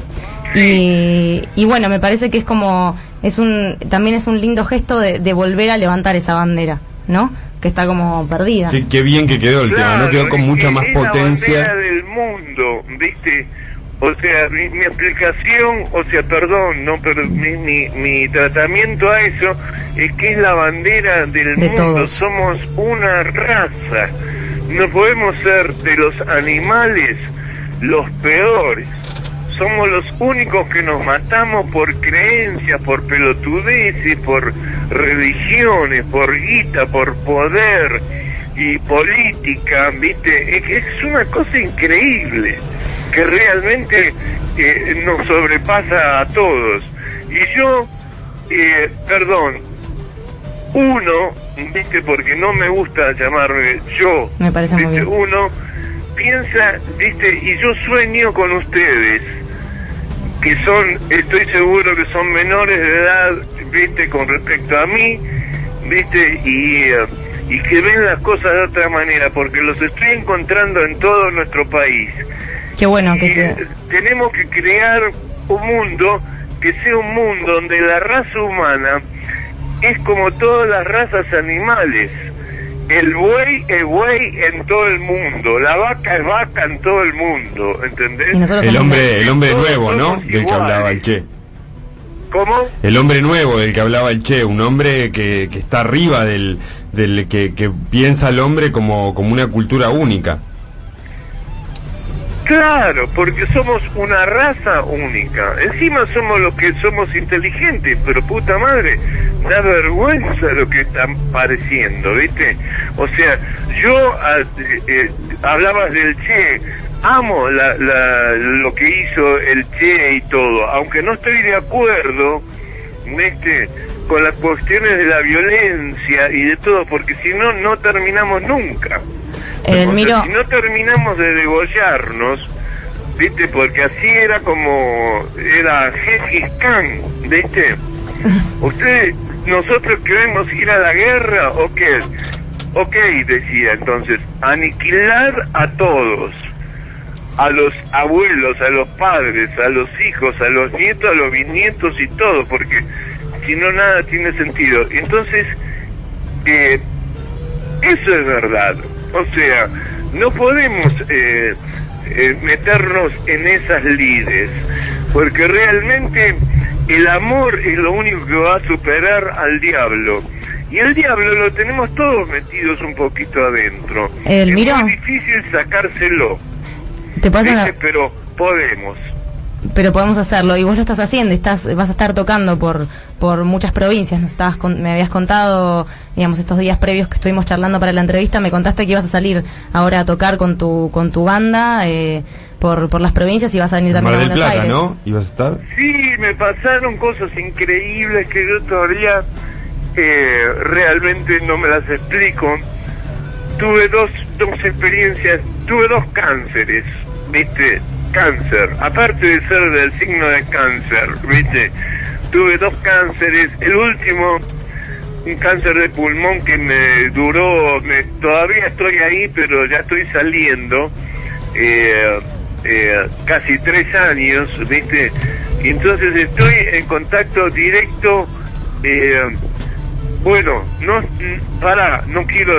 Y bueno, me parece que es como también es un lindo gesto de volver a levantar esa bandera, ¿no? Que está como perdida. Qué bien que quedó el tema, ¿no? Quedó con es mucha que más es potencia. la bandera del mundo, ¿viste? O sea, mi explicación, o sea, perdón, no, pero mi tratamiento a eso es que es la bandera del De mundo. todos. Somos una raza. No podemos ser de los animales los peores. Somos los únicos que nos matamos por creencias, por pelotudeces, por religiones, por guita, por poder y política, ¿viste? Es una cosa increíble que realmente nos sobrepasa a todos. Y yo, perdón, uno, ¿viste? Porque no me gusta llamarme yo, Me parece muy ¿viste? bien. Uno piensa, ¿viste? Y yo sueño con ustedes, que estoy seguro que son menores de edad, ¿viste? Con respecto a mí, ¿viste? Y que ven las cosas de otra manera, porque los estoy encontrando en todo nuestro país. Qué bueno que Y, se... tenemos que crear un mundo que sea un mundo donde la raza humana es como todas las razas animales. El buey es buey en todo el mundo, la vaca es vaca en todo el mundo, ¿entendés? Y nosotros El somos- hombre Todos nuevo, ¿no? somos Del que iguales. hablaba el Che. ¿Cómo? El hombre nuevo del que hablaba el Che, un hombre que está arriba del que piensa al hombre como una cultura única. Claro, porque somos una raza única. Encima somos los que somos inteligentes, pero puta madre, da vergüenza lo que están pareciendo, ¿viste? O sea, yo hablabas del Che, amo lo que hizo el Che y todo, aunque no estoy de acuerdo, ¿viste? Con las cuestiones de la violencia y de todo, porque si no, no terminamos nunca. Miro, Si no terminamos de degollarnos, ¿viste? Porque así era como era Gengis Khan, ¿viste? Nosotros queremos ir a la guerra, ok, decía entonces, aniquilar a todos, a los abuelos, a los padres, a los hijos, a los nietos, a los bisnietos y todo, porque si no nada tiene sentido. Entonces, eso es verdad. O sea, no podemos meternos en esas lides, porque realmente el amor es lo único que va a superar al diablo. Y el diablo lo tenemos todos metidos un poquito adentro. Es Miro, muy difícil sacárselo, te pasa ¿viste? Pero podemos. pero podemos hacerlo, y vos lo estás haciendo, vas a estar tocando por muchas provincias. Me habías contado, digamos, estos días previos que estuvimos charlando para la entrevista, me contaste que ibas a salir ahora a tocar con tu banda por las provincias, y vas a venir también Mar a del Buenos Plata, Aires. ¿no? ¿Ibas a estar? Sí, me pasaron cosas increíbles que yo todavía realmente no me las explico. Tuve dos experiencias, tuve dos cánceres, ¿viste? Cáncer, aparte de ser del signo de cáncer, ¿viste? Tuve dos cánceres, el último, un cáncer de pulmón que me duró, todavía estoy ahí, pero ya estoy saliendo, casi 3 años, ¿viste? Y entonces estoy en contacto directo Bueno, no quiero.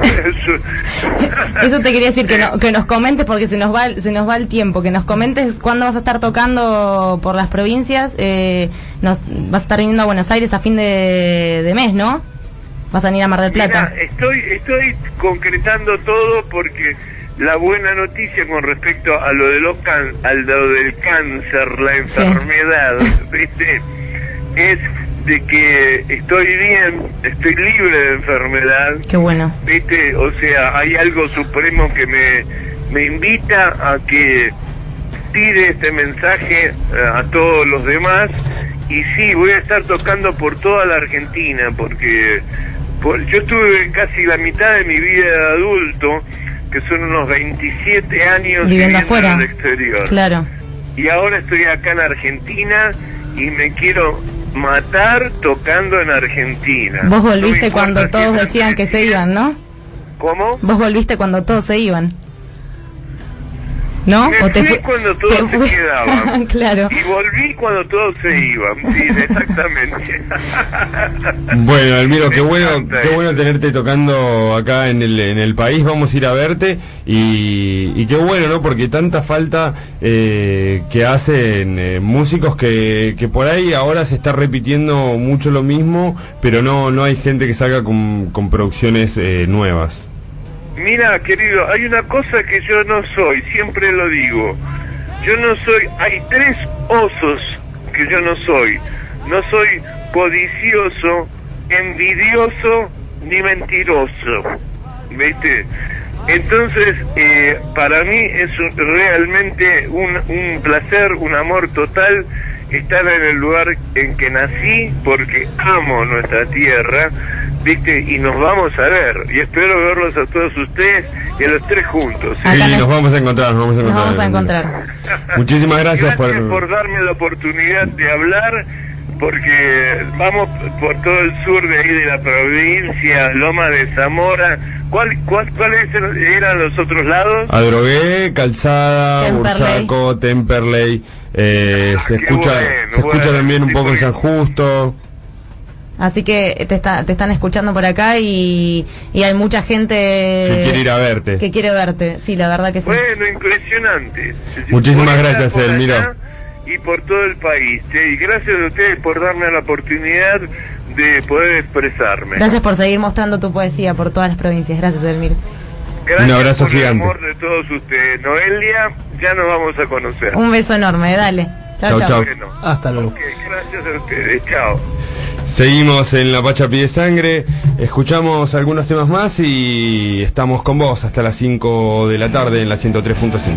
Eso te quería decir, que nos comentes, porque se nos va el tiempo, que nos comentes cuándo vas a estar tocando por las provincias. Vas a estar viniendo a Buenos Aires a fin de mes, ¿no? Vas a venir a Mar del Plata. Mira, estoy concretando todo, porque la buena noticia con respecto a lo del cáncer, la enfermedad, ¿viste? Es de que estoy bien, estoy libre de enfermedad. Qué bueno. ¿Viste? O sea, hay algo supremo que me invita a que tire este mensaje a todos los demás. Y sí, voy a estar tocando por toda la Argentina, porque yo estuve casi la mitad de mi vida de adulto, que son unos 27 años viviendo afuera, en el exterior. Claro. Y ahora estoy acá en Argentina y me quiero matar tocando en Argentina. Vos volviste cuando todos decían que se iban, ¿no? ¿Cómo? Vos volviste cuando todos se iban, ¿no? Me fui cuando todos se quedaban. Claro. Y volví cuando todos se iban. Sí, exactamente. Bueno, Elmiro, qué bueno tenerte tocando acá en el país. Vamos a ir a verte y qué bueno, ¿no? Porque tanta falta que hacen músicos que por ahí ahora se está repitiendo mucho lo mismo, pero no hay gente que salga con producciones nuevas. Mira, querido, hay una cosa que yo no soy, siempre lo digo. Yo no soy, hay 3 osos que yo no soy. No soy codicioso, envidioso, ni mentiroso. ¿Viste? Entonces, para mí es realmente un placer, un amor total estar en el lugar en que nací, porque amo nuestra tierra, ¿viste? Y nos vamos a ver, y espero verlos a todos ustedes y a los 3 juntos. Sí, nos vamos a encontrar. Nos vamos a encontrar. Muchísimas gracias por darme la oportunidad de hablar, porque vamos por todo el sur de ahí de la provincia, Loma de Zamora. ¿Cuáles eran los otros lados? Adrogué, Calzada, Bursaco, Temperley. Se escucha también un poco en San Justo. Así que te están escuchando por acá y hay mucha gente que quiere ir a verte. Que quiere verte, sí, la verdad que sí. Bueno, impresionante. Muchísimas gracias, Elmiro. Y por todo el país. Y gracias a ustedes por darme la oportunidad de poder expresarme. Gracias por seguir mostrando tu poesía por todas las provincias. Gracias, Elmiro. Gracias. Un abrazo por gigante. El amor de todos ustedes. Noelia, ya nos vamos a conocer. Un beso enorme, dale. Chau. Bueno, hasta luego. Okay, gracias a ustedes. Chao. Seguimos en La Pacha Pide Sangre, escuchamos algunos temas más y estamos con vos hasta las 5 de la tarde en la 103.5.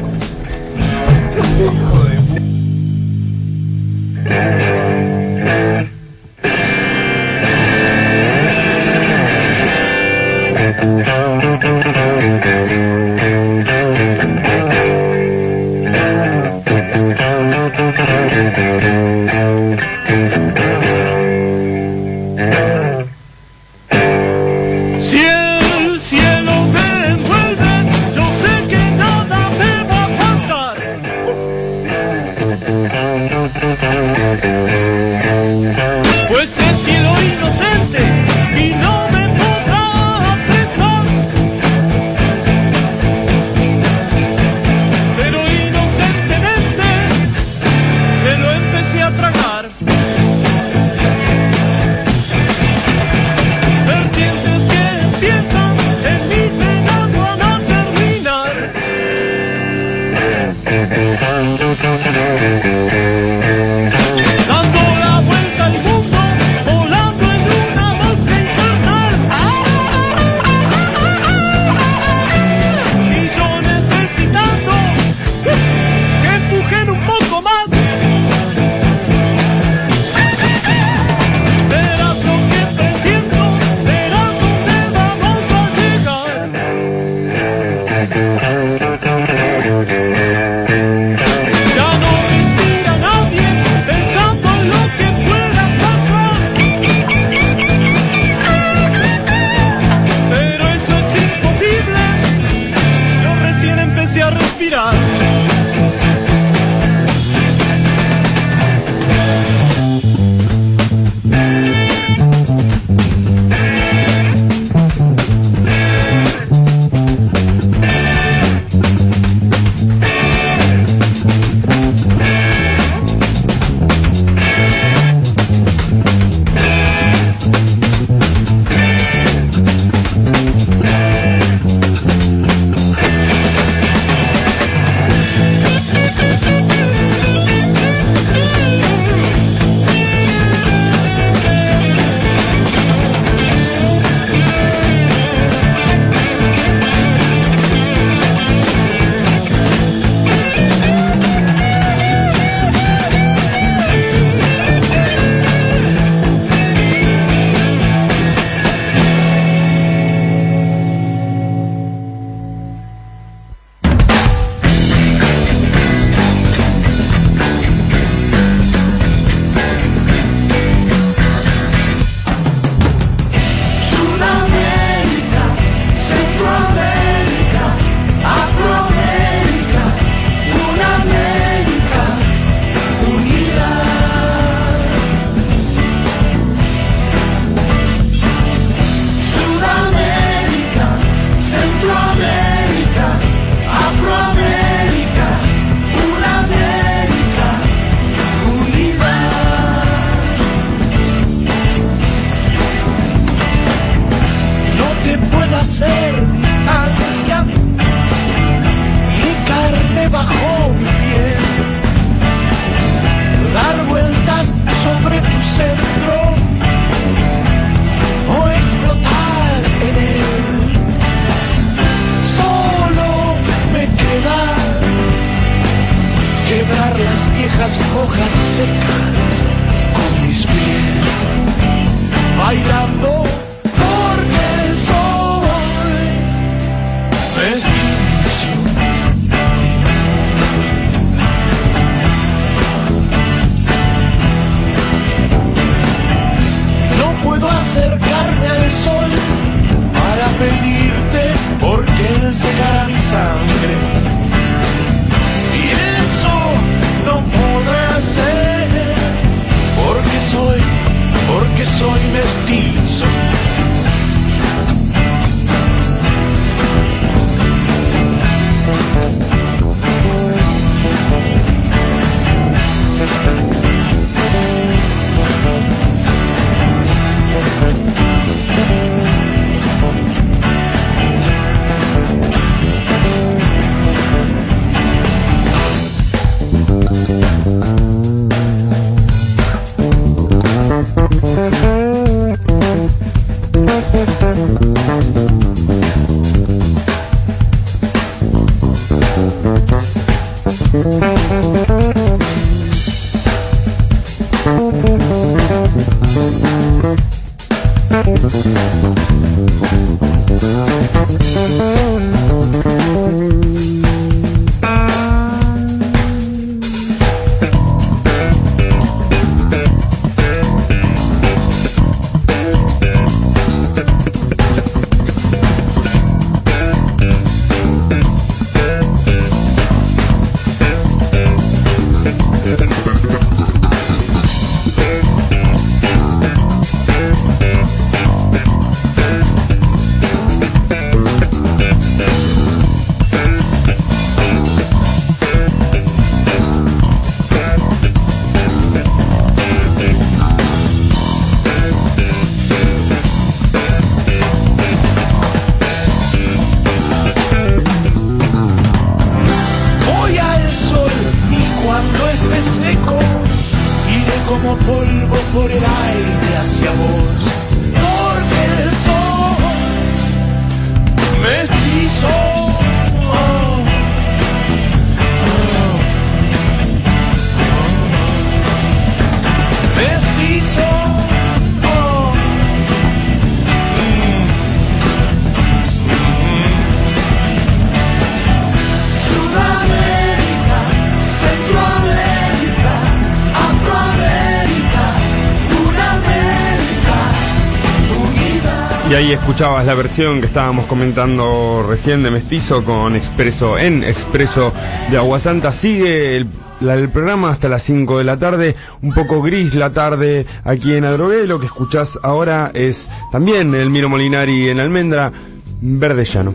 Y ahí escuchabas la versión que estábamos comentando recién de Mestizo con Expreso en Expreso de Aguasanta. Sigue el programa hasta las 5 de la tarde, un poco gris la tarde aquí en Adrogué. Lo que escuchás ahora es también el Miro Molinari en Almendra, Verde Llano.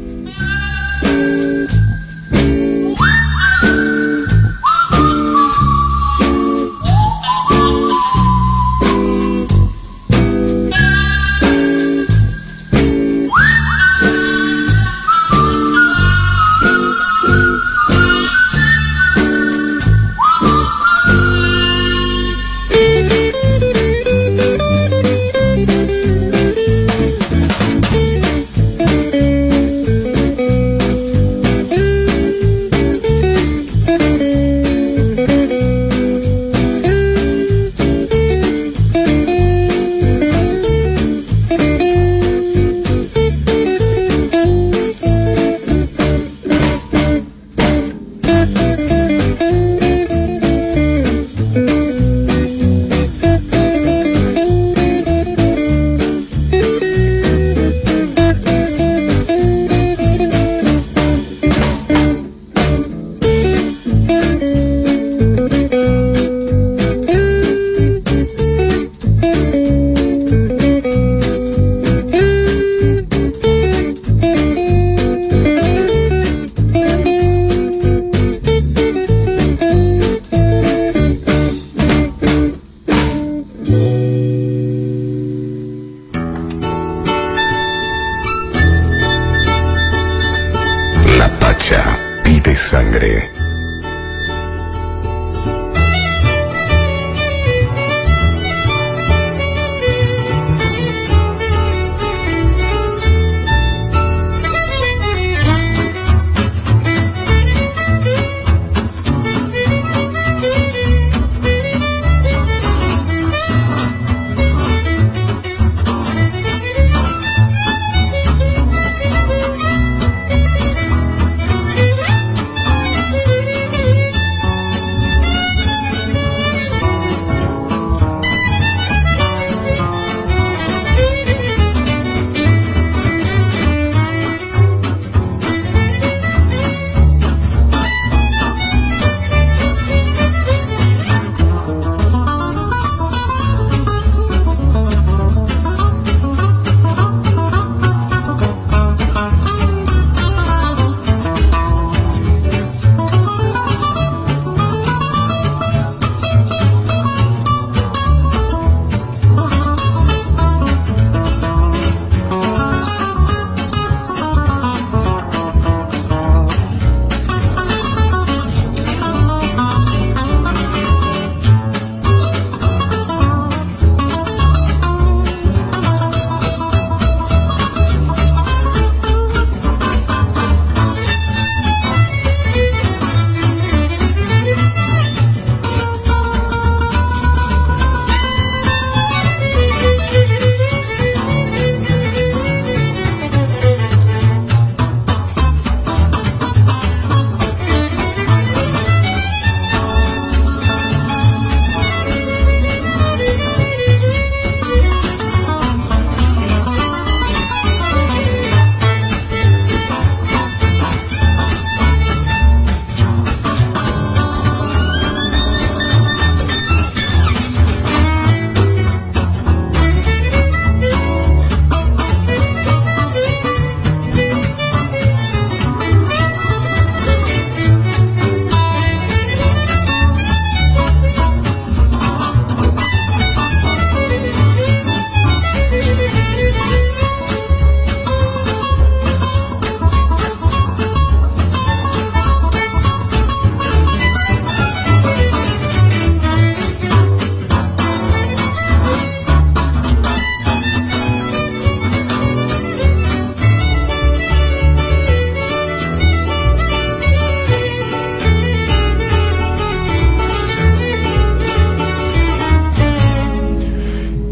Pide Sangre.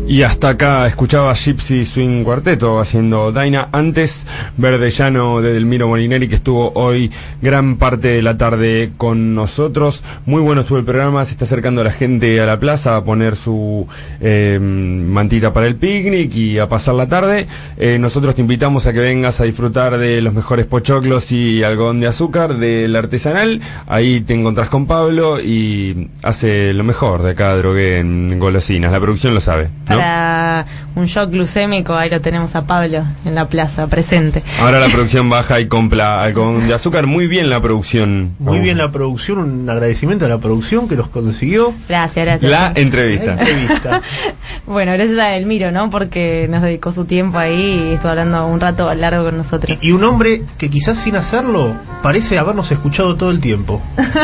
Y hasta acá escuchaba Gypsy Swing Cuarteto haciendo Daina. Antes, Verde Llano de Delmiro Molinari, que estuvo hoy gran parte de la tarde con nosotros. Muy bueno estuvo el programa. Se está acercando la gente a la plaza a poner su mantita para el picnic y a pasar la tarde. Nosotros te invitamos a que vengas a disfrutar de los mejores pochoclos y algodón de azúcar del artesanal. Ahí te encontrás con Pablo y hace lo mejor de acá Drogué en golosinas. La producción lo sabe, ¿no? Para un shock glucémico, ahí lo tenemos a Pablo en la plaza, presente. Ahora la producción baja y compra algodón de azúcar. Muy bien la producción. Muy bien la producción, un agradecimiento a la producción que nos consiguió. Gracias. La entrevista. Bueno, gracias a Delmiro, ¿no? Porque nos dedicó su tiempo ahí y estuvo hablando un rato largo con nosotros. Y un hombre que quizás sin hacerlo parece habernos escuchado todo el tiempo.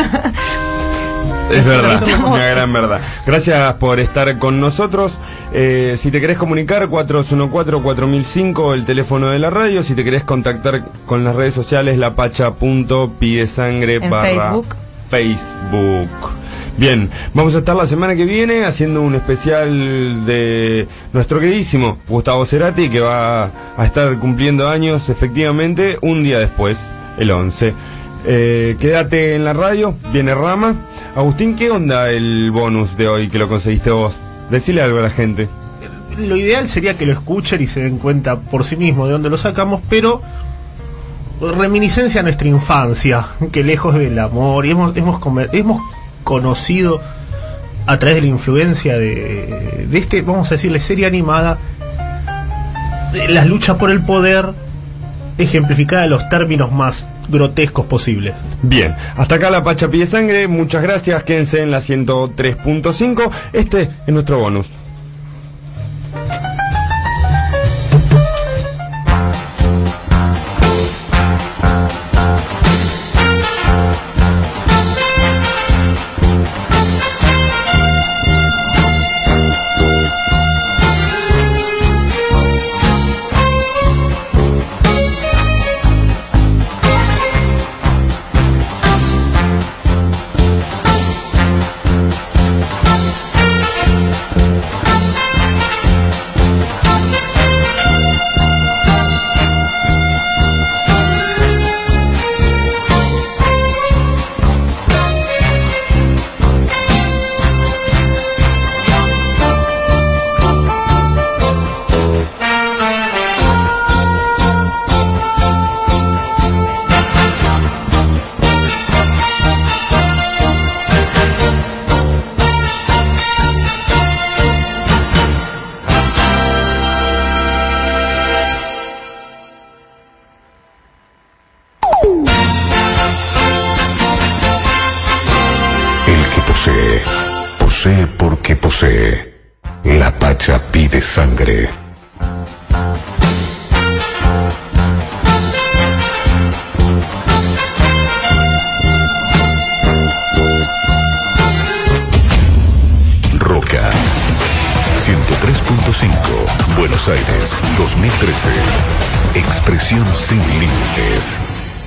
Es verdad, una gran verdad. Gracias por estar con nosotros. Si te querés comunicar, 4214-4005, el teléfono de la radio. Si te querés contactar con las redes sociales, lapacha.pidesangre en Facebook. Bien, vamos a estar la semana que viene haciendo un especial de nuestro queridísimo Gustavo Cerati, que va a estar cumpliendo años efectivamente un día después, el 11. Quédate en la radio, viene Rama. Agustín, ¿qué onda el bonus de hoy que lo conseguiste vos? Decile algo a la gente. Lo ideal sería que lo escuchen y se den cuenta por sí mismos de dónde lo sacamos, pero reminiscencia a nuestra infancia, que lejos del amor, y hemos conocido a través de la influencia de este, vamos a decirle, serie animada, de las luchas por el poder ejemplificada en los términos más grotescos posibles. Bien, hasta acá la Pacha Pide Sangre, muchas gracias, quédense en la 103.5, este es nuestro bonus. La Pacha Pide Sangre. Roca 103.5, Buenos Aires, 2013. Expresión sin límites.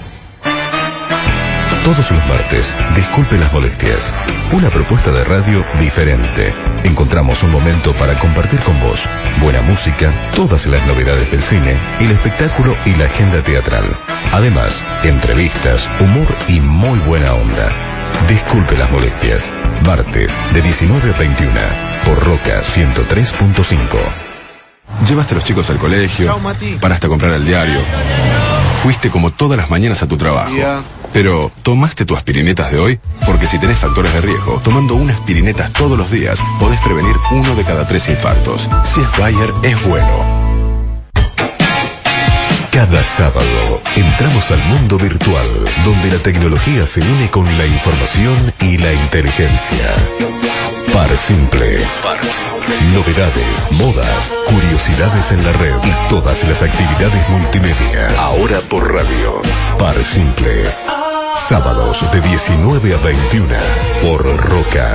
Todos los martes, disculpe las molestias. Una propuesta de radio diferente. Encontramos un momento para compartir con vos buena música, todas las novedades del cine, el espectáculo y la agenda teatral. Además, entrevistas, humor y muy buena onda. Disculpe las molestias. Martes, de 19 a 21, por Roca 103.5. Llevaste a los chicos al colegio, paraste a comprar el diario. Fuiste como todas las mañanas a tu trabajo. Pero, ¿tomaste tus aspirinetas de hoy? Porque si tenés factores de riesgo, tomando unas aspirinetas todos los días, podés prevenir 1 de cada 3 infartos. Si es Bayer, es bueno. Cada sábado entramos al mundo virtual, donde la tecnología se une con la información y la inteligencia. Par Simple. Novedades, modas, curiosidades en la red y todas las actividades multimedia. Ahora por radio. Par Simple. Sábados de 19 a 21 por Roca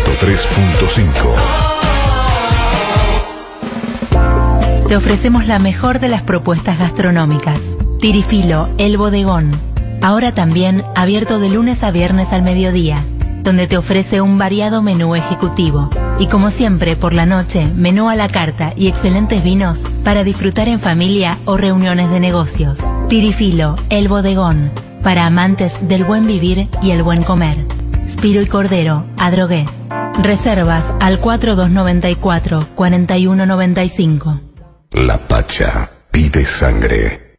103.5. Te ofrecemos la mejor de las propuestas gastronómicas. Tirifilo, el bodegón. Ahora también abierto de lunes a viernes al mediodía, donde te ofrece un variado menú ejecutivo. Y como siempre, por la noche, menú a la carta y excelentes vinos para disfrutar en familia o reuniones de negocios. Tirifilo, el bodegón, para amantes del buen vivir y el buen comer. Spiro y Cordero, Adrogué. Reservas al 4294-4195. La Pacha pide sangre.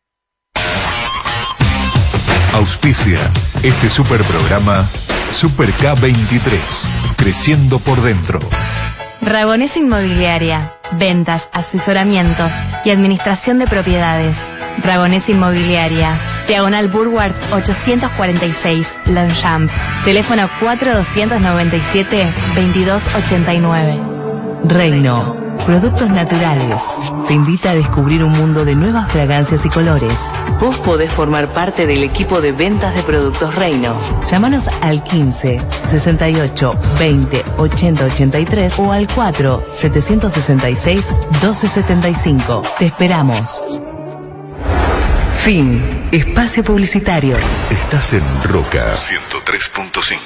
Auspicia este super programa Super K23, creciendo por dentro. Ragonés Inmobiliaria, ventas, asesoramientos y administración de propiedades. Ragonés Inmobiliaria, Diagonal Burward 846, Longchamps. Teléfono 4297-2289. Reino, productos naturales. Te invita a descubrir un mundo de nuevas fragancias y colores. Vos podés formar parte del equipo de ventas de productos Reino. Llámanos al 15 68 20 80 83 o al 4 766 1275. Te esperamos. Fin. Espacio publicitario. Estás en Roca 103.5.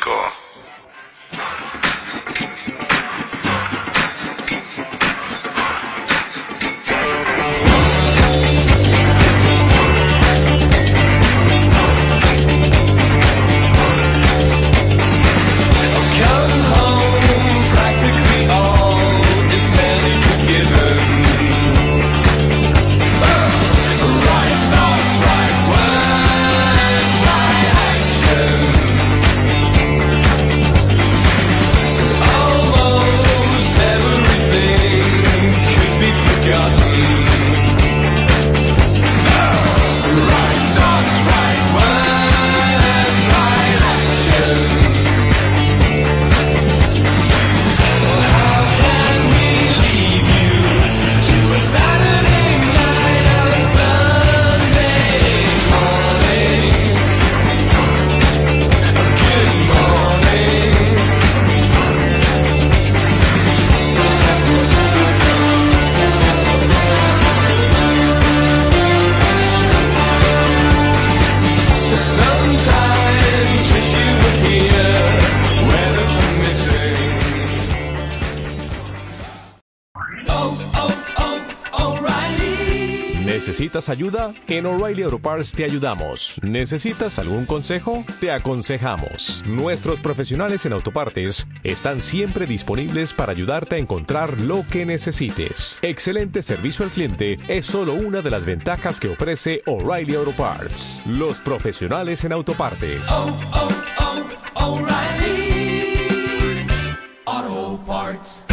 ¿Necesitas ayuda? En O'Reilly Auto Parts te ayudamos. ¿Necesitas algún consejo? Te aconsejamos. Nuestros profesionales en autopartes están siempre disponibles para ayudarte a encontrar lo que necesites. Excelente servicio al cliente es solo una de las ventajas que ofrece O'Reilly Auto Parts. Los profesionales en autopartes. O'Reilly Auto Parts.